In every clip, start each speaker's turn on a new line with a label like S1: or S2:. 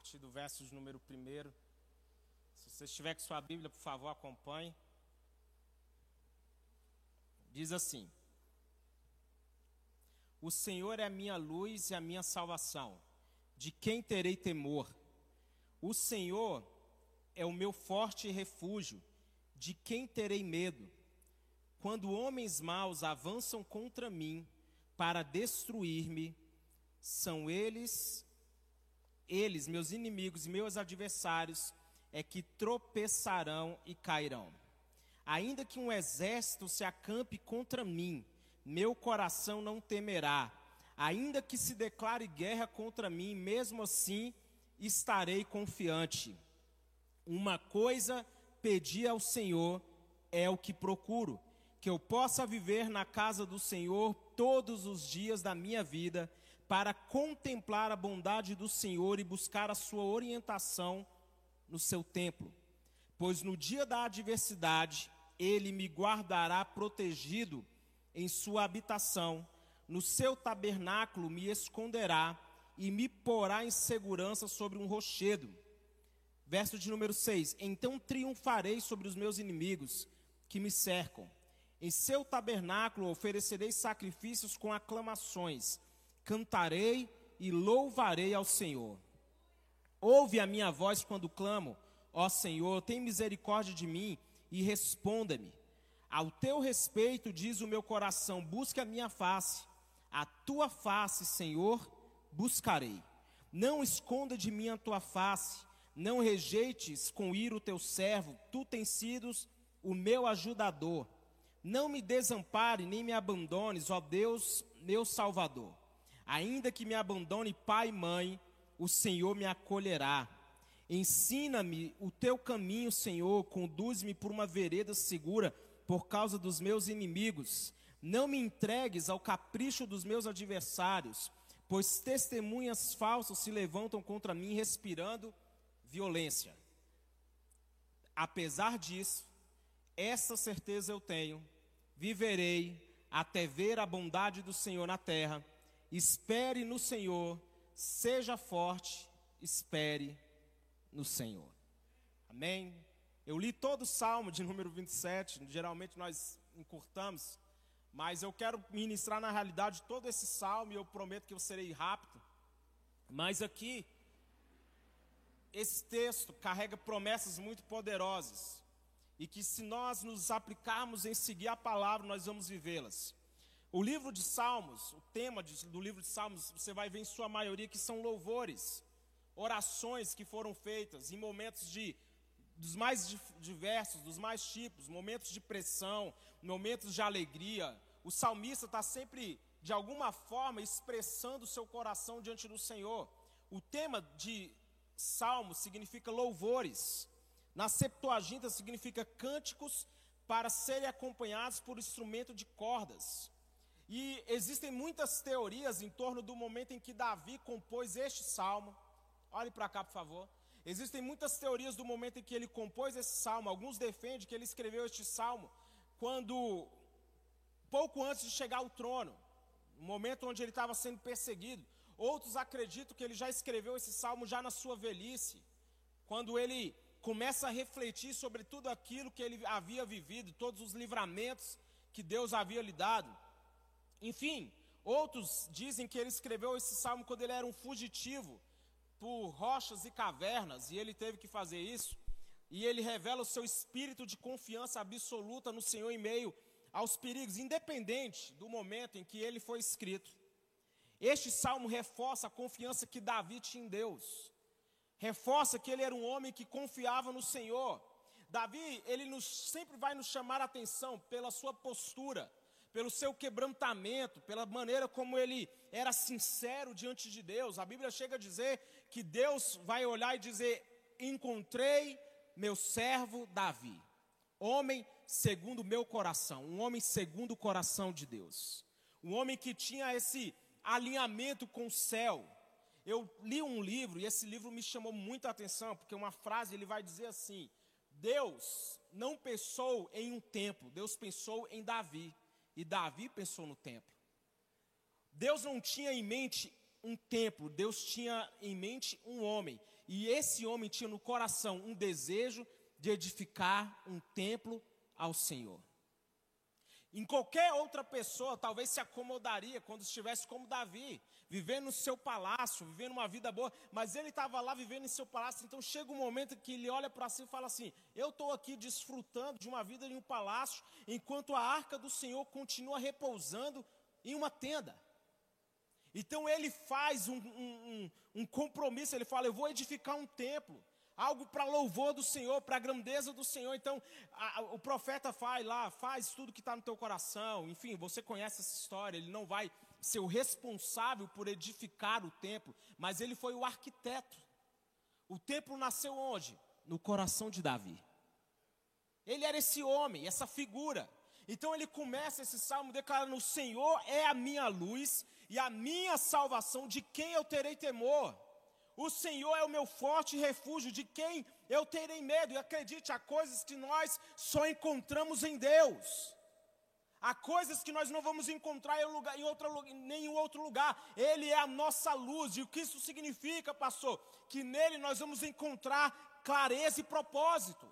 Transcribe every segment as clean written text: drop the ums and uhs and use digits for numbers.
S1: partir do verso de número 1. Se você estiver com sua Bíblia, por favor, acompanhe. Diz assim: O Senhor é a minha luz e a minha salvação. De quem terei temor? O Senhor é o meu forte refúgio. De quem terei medo? Quando homens maus avançam contra mim para destruir-me, são eles, meus inimigos e meus adversários, é que tropeçarão e cairão. Ainda que um exército se acampe contra mim, meu coração não temerá. Ainda que se declare guerra contra mim, mesmo assim estarei confiante. Uma coisa pedi ao Senhor, é o que procuro, que eu possa viver na casa do Senhor todos os dias da minha vida, para contemplar a bondade do Senhor e buscar a sua orientação no seu templo. Pois no dia da adversidade, Ele me guardará protegido em sua habitação, no seu tabernáculo me esconderá e me porá em segurança sobre um rochedo. Verso de número 6, então triunfarei sobre os meus inimigos que me cercam. Em seu tabernáculo oferecerei sacrifícios com aclamações, cantarei e louvarei ao Senhor. Ouve a minha voz quando clamo, ó Senhor, tem misericórdia de mim e responda-me. Ao teu respeito, diz o meu coração, busca a minha face. A tua face, Senhor, buscarei. Não esconda de mim a tua face, não rejeites com ira o teu servo, tu tens sido o meu ajudador. Não me desampare, nem me abandones, ó Deus, meu Salvador. Ainda que me abandone pai e mãe, o Senhor me acolherá. Ensina-me o teu caminho, Senhor, conduz-me por uma vereda segura, por causa dos meus inimigos. Não me entregues ao capricho dos meus adversários, pois testemunhas falsas se levantam contra mim, respirando violência. Apesar disso, essa certeza eu tenho, viverei até ver a bondade do Senhor na terra. Espere no Senhor, seja forte, espere no Senhor. Amém? Eu li todo o Salmo de número 27, geralmente nós encurtamos, mas eu quero ministrar na realidade todo esse Salmo e eu prometo que eu serei rápido. Mas aqui, esse texto carrega promessas muito poderosas e que se nós nos aplicarmos em seguir a palavra, nós vamos vivê-las. O livro de Salmos, o tema do livro de Salmos, você vai ver em sua maioria que são louvores, orações que foram feitas em momentos dos mais diversos, dos mais tipos, momentos de pressão, momentos de alegria. O salmista está sempre, de alguma forma, expressando o seu coração diante do Senhor. O tema de Salmo significa louvores. Na Septuaginta significa cânticos para serem acompanhados por instrumento de cordas. E existem muitas teorias em torno do momento em que Davi compôs este salmo. Olhe para cá, por favor. Existem muitas teorias do momento em que ele compôs esse salmo. Alguns defendem que ele escreveu este salmo pouco antes de chegar ao trono, no momento onde ele estava sendo perseguido. Outros acreditam que ele já escreveu esse salmo já na sua velhice, quando ele começa a refletir sobre tudo aquilo que ele havia vivido, todos os livramentos que Deus havia lhe dado. Enfim, outros dizem que ele escreveu esse salmo quando ele era um fugitivo por rochas e cavernas, e ele teve que fazer isso, e ele revela o seu espírito de confiança absoluta no Senhor em meio aos perigos, independente do momento em que ele foi escrito. Este salmo reforça a confiança que Davi tinha em Deus, reforça que ele era um homem que confiava no Senhor. Davi, ele sempre vai nos chamar a atenção pela sua postura, pelo seu quebrantamento, pela maneira como ele era sincero diante de Deus. A Bíblia chega a dizer que Deus vai olhar e dizer: encontrei meu servo Davi, homem segundo o meu coração, um homem segundo o coração de Deus, um homem que tinha esse alinhamento com o céu. Eu li um livro e esse livro me chamou muita atenção, porque uma frase ele vai dizer assim: Deus não pensou em um templo, Deus pensou em Davi. E Davi pensou no templo. Deus não tinha em mente um templo, Deus tinha em mente um homem. E esse homem tinha no coração um desejo de edificar um templo ao Senhor. Em qualquer outra pessoa, talvez se acomodaria quando estivesse como Davi, vivendo no seu palácio, vivendo uma vida boa, mas ele estava lá vivendo em seu palácio. Então chega um momento que ele olha para si e fala assim: eu estou aqui desfrutando de uma vida em um palácio, enquanto a arca do Senhor continua repousando em uma tenda. Então ele faz um compromisso, ele fala: eu vou edificar um templo, algo para louvor do Senhor, para a grandeza do Senhor. Então o profeta vai lá, faz tudo que está no teu coração. Enfim, você conhece essa história. Ele não vai ser o responsável por edificar o templo, mas ele foi o arquiteto. O templo nasceu onde? No coração de Davi. Ele era esse homem, essa figura. Então ele começa esse salmo declarando: o Senhor é a minha luz e a minha salvação, de quem eu terei temor? O Senhor é o meu forte refúgio, de quem eu terei medo? E acredite, há coisas que nós só encontramos em Deus. Há coisas que nós não vamos encontrar em nenhum outro lugar. Ele é a nossa luz. E o que isso significa, pastor? Que nele nós vamos encontrar clareza e propósito.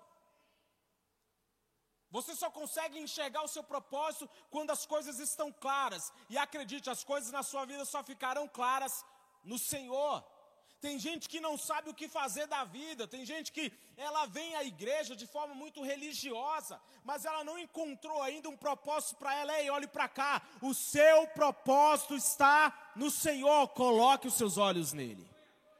S1: Você só consegue enxergar o seu propósito quando as coisas estão claras. E acredite, as coisas na sua vida só ficarão claras no Senhor. Tem gente que não sabe o que fazer da vida. Tem gente que ela vem à igreja de forma muito religiosa, mas ela não encontrou ainda um propósito para ela. Ei, olhe para cá. O seu propósito está no Senhor. Coloque os seus olhos nele.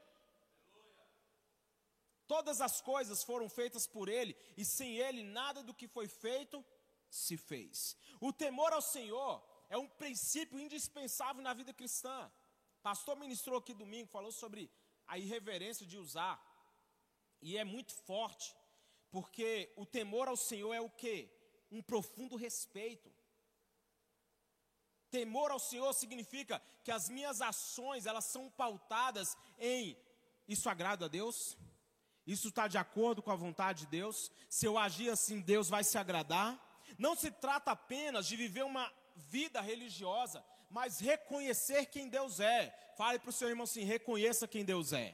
S1: Todas as coisas foram feitas por Ele, e sem Ele nada do que foi feito se fez. O temor ao Senhor é um princípio indispensável na vida cristã. O pastor ministrou aqui domingo, falou sobre a irreverência de usar, e é muito forte, porque o temor ao Senhor é o quê? Um profundo respeito. Temor ao Senhor significa que as minhas ações, elas são pautadas em: isso agrada a Deus? Isso está de acordo com a vontade de Deus? Se eu agir assim, Deus vai se agradar? Não se trata apenas de viver uma vida religiosa, mas reconhecer quem Deus é. Fale para o seu irmão assim: reconheça quem Deus é.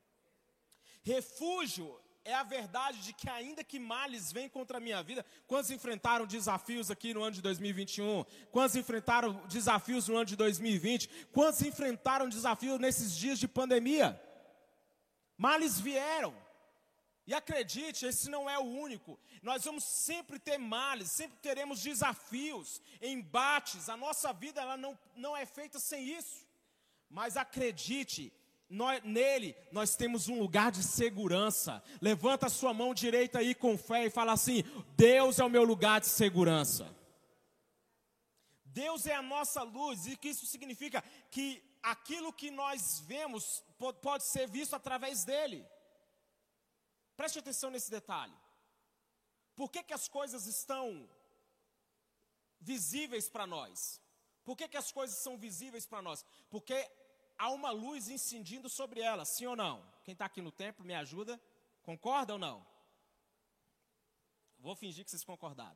S1: Refúgio é a verdade de que, ainda que males venham contra a minha vida. Quantos enfrentaram desafios aqui no ano de 2021? Quantos enfrentaram desafios no ano de 2020? Quantos enfrentaram desafios nesses dias de pandemia? Males vieram. E acredite, esse não é o único. Nós vamos sempre ter males, sempre teremos desafios, embates. A nossa vida ela não é feita sem isso. Mas acredite, nele nós temos um lugar de segurança. Levanta a sua mão direita aí com fé e fala assim: Deus é o meu lugar de segurança. Deus é a nossa luz, e que isso significa que aquilo que nós vemos pode ser visto através dele. Preste atenção nesse detalhe. Por que as coisas estão visíveis para nós? Por que as coisas são visíveis para nós? Porque há uma luz incidindo sobre elas, sim ou não? Quem está aqui no templo me ajuda? Concorda ou não? Vou fingir que vocês concordaram.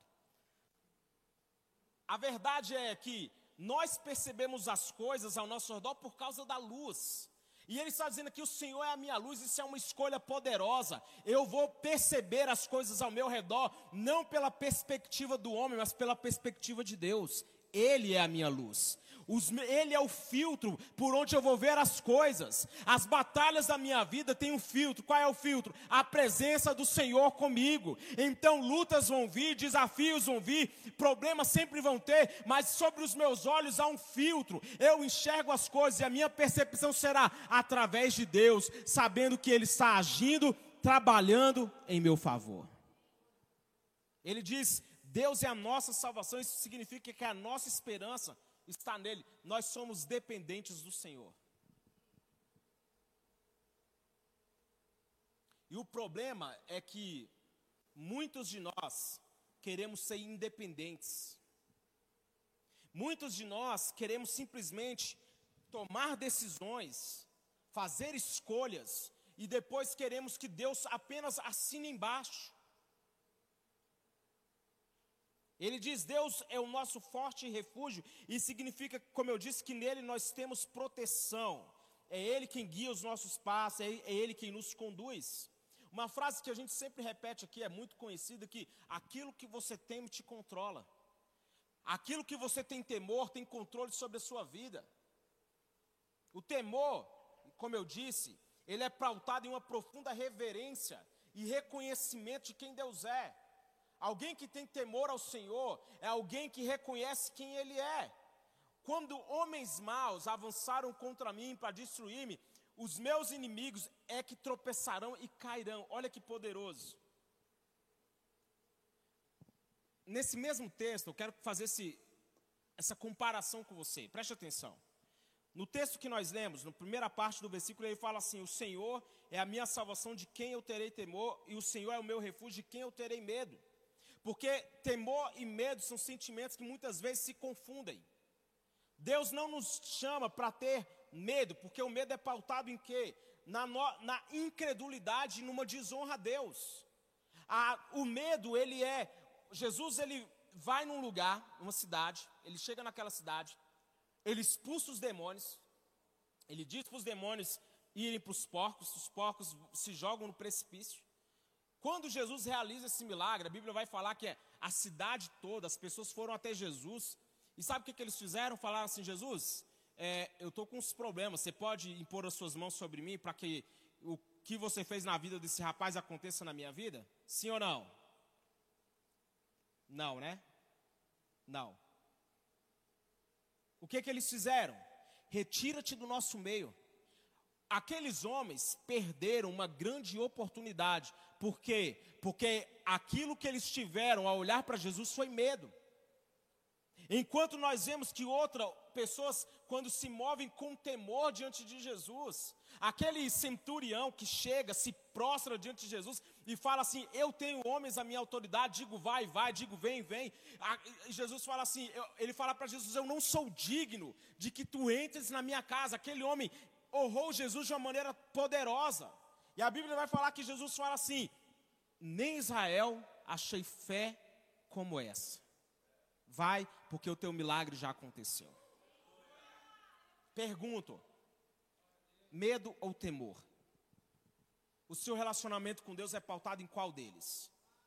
S1: A verdade é que nós percebemos as coisas ao nosso redor por causa da luz. E ele está dizendo que o Senhor é a minha luz. Isso é uma escolha poderosa. Eu vou perceber as coisas ao meu redor, não pela perspectiva do homem, mas pela perspectiva de Deus. Ele é a minha luz. Ele é o filtro por onde eu vou ver as coisas. As batalhas da minha vida têm um filtro. Qual é o filtro? A presença do Senhor comigo. Então lutas vão vir, desafios vão vir, problemas sempre vão ter, mas sobre os meus olhos há um filtro. Eu enxergo as coisas e a minha percepção será através de Deus, sabendo que Ele está agindo, trabalhando em meu favor. Ele diz: Deus é a nossa salvação. Isso significa que a nossa esperança está nele. Nós somos dependentes do Senhor. E o problema é que muitos de nós queremos ser independentes. Muitos de nós queremos simplesmente tomar decisões, fazer escolhas, e depois queremos que Deus apenas assine embaixo. Ele diz: Deus é o nosso forte refúgio, e significa, como eu disse, que nele nós temos proteção. é Ele quem guia os nossos passos, é Ele quem nos conduz. Uma frase que a gente sempre repete aqui, é muito conhecida, que aquilo que você teme te controla. Aquilo que você tem temor tem controle sobre a sua vida. O temor, como eu disse, ele é pautado em uma profunda reverência e reconhecimento de quem Deus é. Alguém que tem temor ao Senhor é alguém que reconhece quem Ele é. Quando homens maus avançaram contra mim para destruir-me, os meus inimigos é que tropeçarão e cairão. Olha que poderoso. Nesse mesmo texto, eu quero fazer essa comparação com você. Preste atenção. No texto que nós lemos, na primeira parte do versículo, ele fala assim: o Senhor é a minha salvação, de quem eu terei temor, e o Senhor é o meu refúgio, de quem eu terei medo. Porque temor e medo são sentimentos que muitas vezes se confundem. Deus não nos chama para ter medo, porque o medo é pautado em quê? Na incredulidade e numa desonra a Deus. O medo, Jesus ele vai num lugar, numa cidade, ele chega naquela cidade, ele expulsa os demônios, ele diz para os demônios irem para os porcos se jogam no precipício. Quando Jesus realiza esse milagre, a Bíblia vai falar que a cidade toda, as pessoas foram até Jesus. E sabe o que eles fizeram? Falaram assim: Jesus, eu estou com uns problemas, você pode impor as suas mãos sobre mim para que o que você fez na vida desse rapaz aconteça na minha vida? Sim ou não? Não, né? Não. O que eles fizeram? Retira-te do nosso meio. Aqueles homens perderam uma grande oportunidade. Por quê? Porque aquilo que eles tiveram ao olhar para Jesus foi medo. Enquanto nós vemos que outras pessoas, quando se movem com temor diante de Jesus, aquele centurião que chega, se prostra diante de Jesus e fala assim: eu tenho homens à minha autoridade, digo vai, vai, digo vem, vem. Jesus fala assim, ele fala para Jesus: eu não sou digno de que tu entres na minha casa. Aquele homem honrou Jesus de uma maneira poderosa. E a Bíblia vai falar que Jesus fala assim: nem Israel achei fé como essa. Vai, porque o teu milagre já aconteceu. Pergunto: medo ou temor? O seu relacionamento com Deus é pautado em qual deles?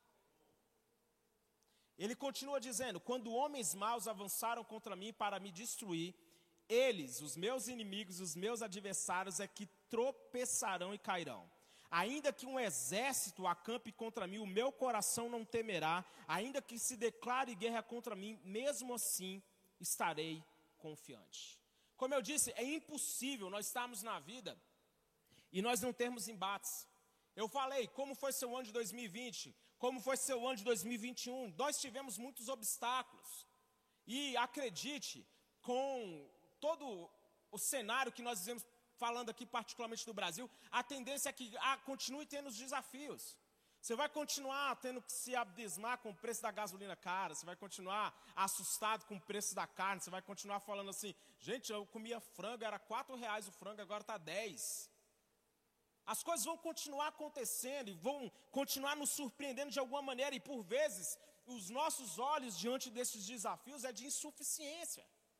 S1: Ele continua dizendo: quando homens maus avançaram contra mim para me destruir, eles, os meus inimigos, os meus adversários, é que tropeçarão e cairão. Ainda que um exército acampe contra mim, o meu coração não temerá. Ainda que se declare guerra contra mim, mesmo assim estarei confiante. Como eu disse, é impossível nós estarmos na vida e nós não termos embates. Eu falei, como foi seu ano de 2020? Como foi seu ano de 2021? Nós tivemos muitos obstáculos. E acredite, com todo o cenário que nós vivemos, falando aqui particularmente do Brasil, a tendência é que continue tendo os desafios. Você vai continuar tendo que se abismar com o preço da gasolina cara, você vai continuar assustado com o preço da carne, você vai continuar falando assim: gente, eu comia frango, era R$4 o frango, agora está 10. As coisas vão continuar acontecendo e vão continuar nos surpreendendo de alguma maneira, e por vezes os nossos olhos diante desses desafios é de insuficiência.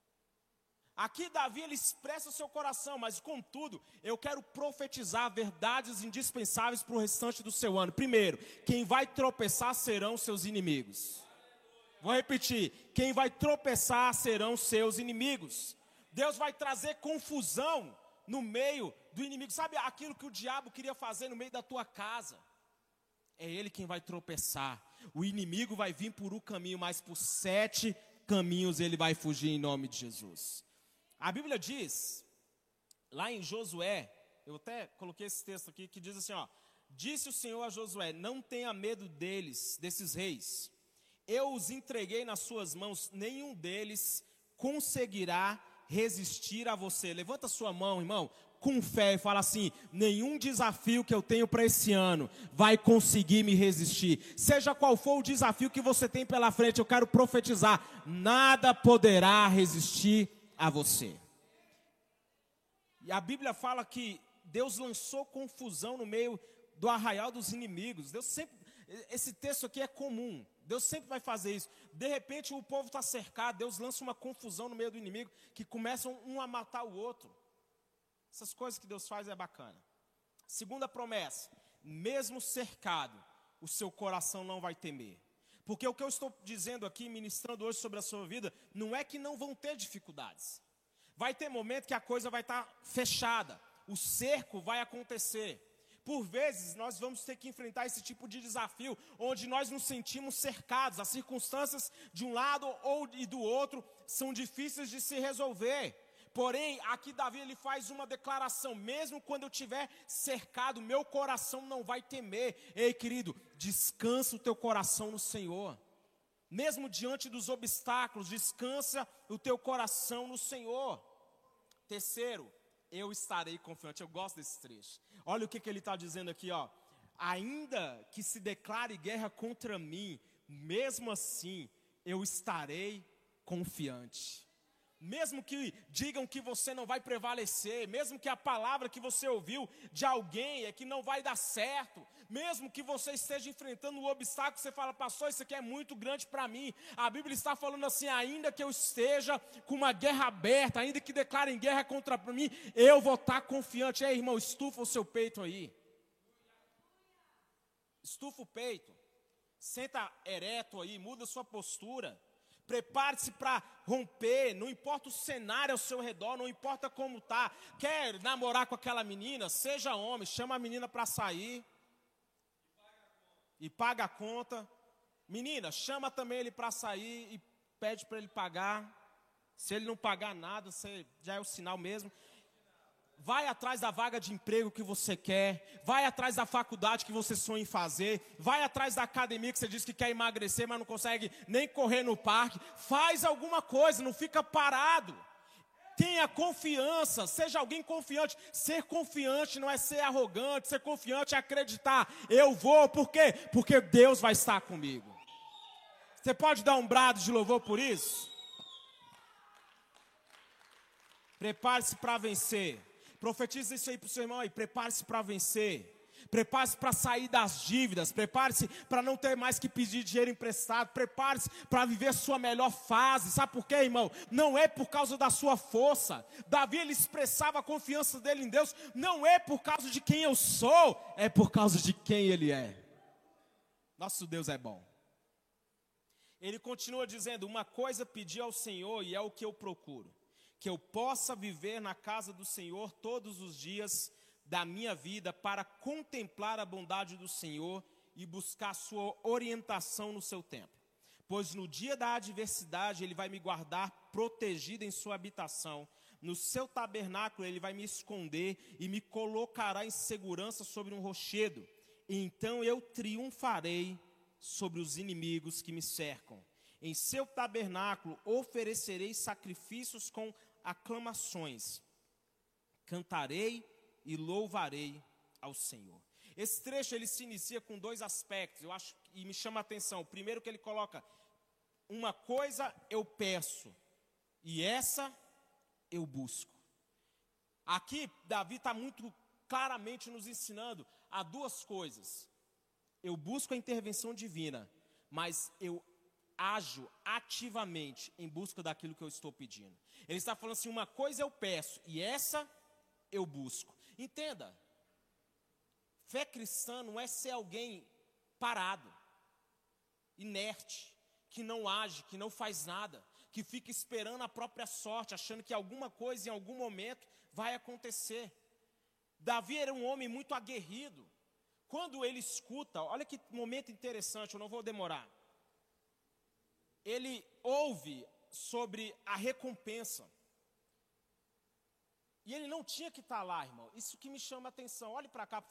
S1: Aqui Davi, ele expressa o seu coração, mas contudo, eu quero profetizar verdades indispensáveis para o restante do seu ano. Primeiro, quem vai tropeçar serão seus inimigos. Vou repetir, quem vai tropeçar serão seus inimigos. Deus vai trazer confusão no meio do inimigo. Sabe aquilo que o diabo queria fazer no meio da tua casa? É ele quem vai tropeçar. O inimigo vai vir por um caminho, mas por 7 caminhos ele vai fugir em nome de Jesus. A Bíblia diz, lá em Josué, eu até coloquei esse texto aqui, que diz assim, ó: disse o Senhor a Josué: não tenha medo deles, desses reis. Eu os entreguei nas suas mãos, nenhum deles conseguirá resistir a você. Levanta sua mão, irmão, com fé e fala assim: nenhum desafio que eu tenho para esse ano vai conseguir me resistir. Seja qual for o desafio que você tem pela frente, eu quero profetizar: nada poderá resistir a você. E a Bíblia fala que Deus lançou confusão no meio do arraial dos inimigos. Deus sempre, esse texto aqui é comum, Deus sempre vai fazer isso. De repente o povo está cercado, Deus lança uma confusão no meio do inimigo, que começam um a matar o outro. Essas coisas que Deus faz é bacana. Segunda promessa, mesmo cercado, o seu coração não vai temer. Porque o que eu estou dizendo aqui, ministrando hoje sobre a sua vida, não é que não vão ter dificuldades. Vai ter momento que a coisa vai estar fechada, o cerco vai acontecer. Por vezes nós vamos ter que enfrentar esse tipo de desafio, onde nós nos sentimos cercados, as circunstâncias de um lado e do outro são difíceis de se resolver. Porém, aqui Davi ele faz uma declaração, mesmo quando eu estiver cercado, meu coração não vai temer. Ei, querido, descansa o teu coração no Senhor. Mesmo diante dos obstáculos, descansa o teu coração no Senhor. Terceiro, eu estarei confiante. Eu gosto desse trecho. Olha o que ele está dizendo aqui, ó. Ainda que se declare guerra contra mim, mesmo assim eu estarei confiante. Mesmo que digam que você não vai prevalecer, mesmo que a palavra que você ouviu de alguém é que não vai dar certo, mesmo que você esteja enfrentando um obstáculo, você fala, pastor, isso aqui é muito grande para mim. A Bíblia está falando assim, ainda que eu esteja com uma guerra aberta, ainda que declarem guerra contra mim, eu vou estar confiante. Ei, irmão, estufa o seu peito aí. Estufa o peito. Senta ereto aí, muda a sua postura. Prepare-se para romper, não importa o cenário ao seu redor, não importa como está. Quer namorar com aquela menina? Seja homem, chama a menina para sair. E paga a conta. Menina, chama também ele para sair e pede para ele pagar. Se ele não pagar nada, você já é o sinal mesmo. Vai atrás da vaga de emprego que você quer, vai atrás da faculdade que você sonha em fazer, vai atrás da academia que você diz que quer emagrecer, mas não consegue nem correr no parque. Faz alguma coisa, não fica parado. Tenha confiança, seja alguém confiante. Ser confiante não é ser arrogante, ser confiante é acreditar. Eu vou, por quê? Porque Deus vai estar comigo. Você pode dar um brado de louvor por isso? Prepare-se para vencer. Profetiza isso aí para o seu irmão aí, prepare-se para vencer. Prepare-se para sair das dívidas. Prepare-se para não ter mais que pedir dinheiro emprestado. Prepare-se para viver sua melhor fase. Sabe por quê, irmão? Não é por causa da sua força. Davi, ele expressava a confiança dele em Deus. Não é por causa de quem eu sou, é por causa de quem Ele é. Nosso Deus é bom. Ele continua dizendo, uma coisa pedi ao Senhor e é o que eu procuro, que eu possa viver na casa do Senhor todos os dias da minha vida, para contemplar a bondade do Senhor e buscar sua orientação no seu tempo. Pois no dia da adversidade Ele vai me guardar protegido em sua habitação. No seu tabernáculo Ele vai me esconder e me colocará em segurança sobre um rochedo. E então eu triunfarei sobre os inimigos que me cercam. Em seu tabernáculo oferecerei sacrifícios com aclamações. Cantarei e louvarei ao Senhor. Esse trecho ele se inicia com dois aspectos, eu acho, e me chama a atenção. O primeiro que ele coloca, uma coisa eu peço, e essa eu busco. Aqui Davi está muito claramente nos ensinando a duas coisas. Eu busco a intervenção divina, mas eu ajo ativamente em busca daquilo que eu estou pedindo. Ele está falando assim, uma coisa eu peço, e essa eu busco. Entenda, fé cristã não é ser alguém parado, inerte, que não age, que não faz nada, que fica esperando a própria sorte, achando que alguma coisa em algum momento vai acontecer. Davi era um homem muito aguerrido. Quando ele escuta, olha que momento interessante, eu não vou demorar. Ele ouve sobre a recompensa. E ele não tinha que estar lá, irmão. Isso que me chama a atenção. Olhe para cá, por